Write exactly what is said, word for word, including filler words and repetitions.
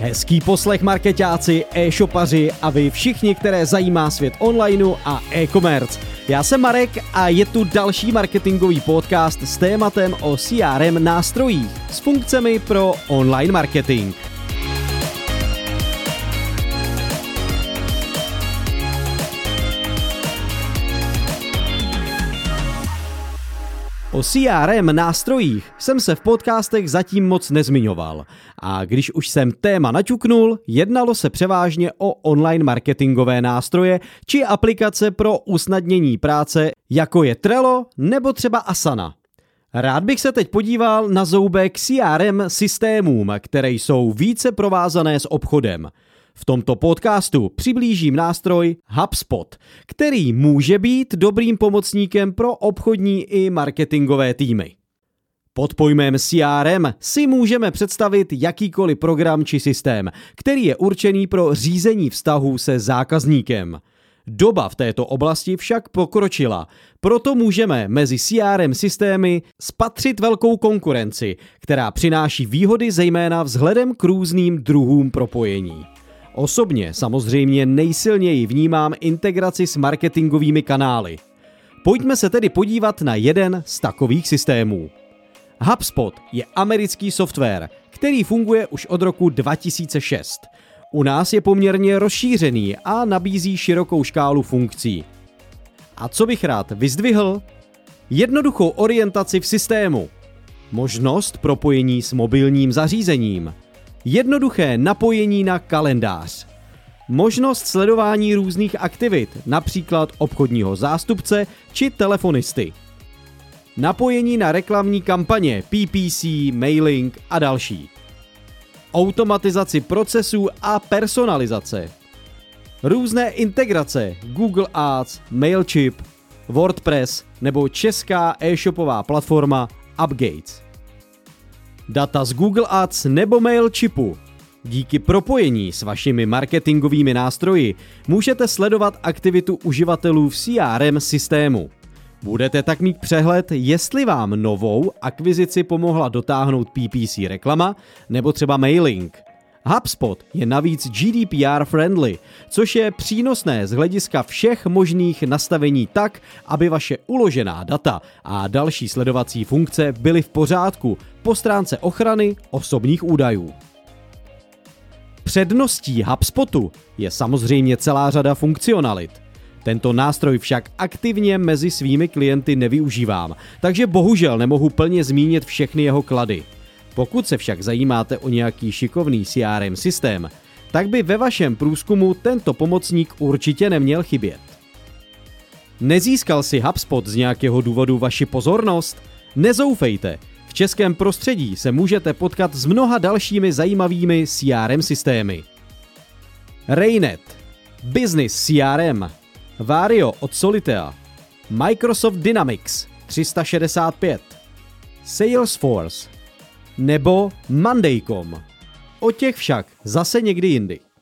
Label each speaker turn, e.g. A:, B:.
A: Hezký poslech markeťáci, e-shopaři a vy všichni, které zajímá svět onlineu a e-commerce. Já jsem Marek a je tu další marketingový podcast s tématem o C R M nástrojích s funkcemi pro online marketing. O C R M nástrojích jsem se v podcastech zatím moc nezmiňoval a když už jsem téma naťuknul, jednalo se převážně o online marketingové nástroje či aplikace pro usnadnění práce, jako je Trello nebo třeba Asana. Rád bych se teď podíval na zoubek C R M systémům, které jsou více provázané s obchodem. V tomto podcastu přiblížím nástroj HubSpot, který může být dobrým pomocníkem pro obchodní i marketingové týmy. Pod pojmem C R M si můžeme představit jakýkoliv program či systém, který je určený pro řízení vztahů se zákazníkem. Doba v této oblasti však pokročila, proto můžeme mezi C R M systémy spatřit velkou konkurenci, která přináší výhody zejména vzhledem k různým druhům propojení. Osobně samozřejmě nejsilněji vnímám integraci s marketingovými kanály. Pojďme se tedy podívat na jeden z takových systémů. HubSpot je americký software, který funguje už od roku dva tisíce šest. U nás je poměrně rozšířený a nabízí širokou škálu funkcí. A co bych rád vyzdvihl? Jednoduchou orientaci v systému, možnost propojení s mobilním zařízením, jednoduché napojení na kalendář, možnost sledování různých aktivit, například obchodního zástupce či telefonisty, napojení na reklamní kampaně, P P C, mailing a další, automatizaci procesů a personalizace, různé integrace Google Ads, Mailchimp, WordPress nebo česká e-shopová platforma Upgates. Data z Google Ads nebo Mailchimpu. Díky propojení s vašimi marketingovými nástroji můžete sledovat aktivitu uživatelů v C R M systému. Budete tak mít přehled, jestli vám novou akvizici pomohla dotáhnout P P C reklama nebo třeba mailing. HubSpot je navíc G D P R friendly, což je přínosné z hlediska všech možných nastavení tak, aby vaše uložená data a další sledovací funkce byly v pořádku po stránce ochrany osobních údajů. Předností HubSpotu je samozřejmě celá řada funkcionalit. Tento nástroj však aktivně mezi svými klienty nevyužívám, takže bohužel nemohu plně zmínit všechny jeho klady. Pokud se však zajímáte o nějaký šikovný C R M systém, tak by ve vašem průzkumu tento pomocník určitě neměl chybět. Nezískal si HubSpot z nějakého důvodu vaši pozornost? Nezoufejte, v českém prostředí se můžete potkat s mnoha dalšími zajímavými C R M systémy. Raynet, Business C R M, Vario od Solitea, Microsoft Dynamics tři sta šedesát pět, Salesforce nebo Monday tečka com. O těch však zase někdy jindy.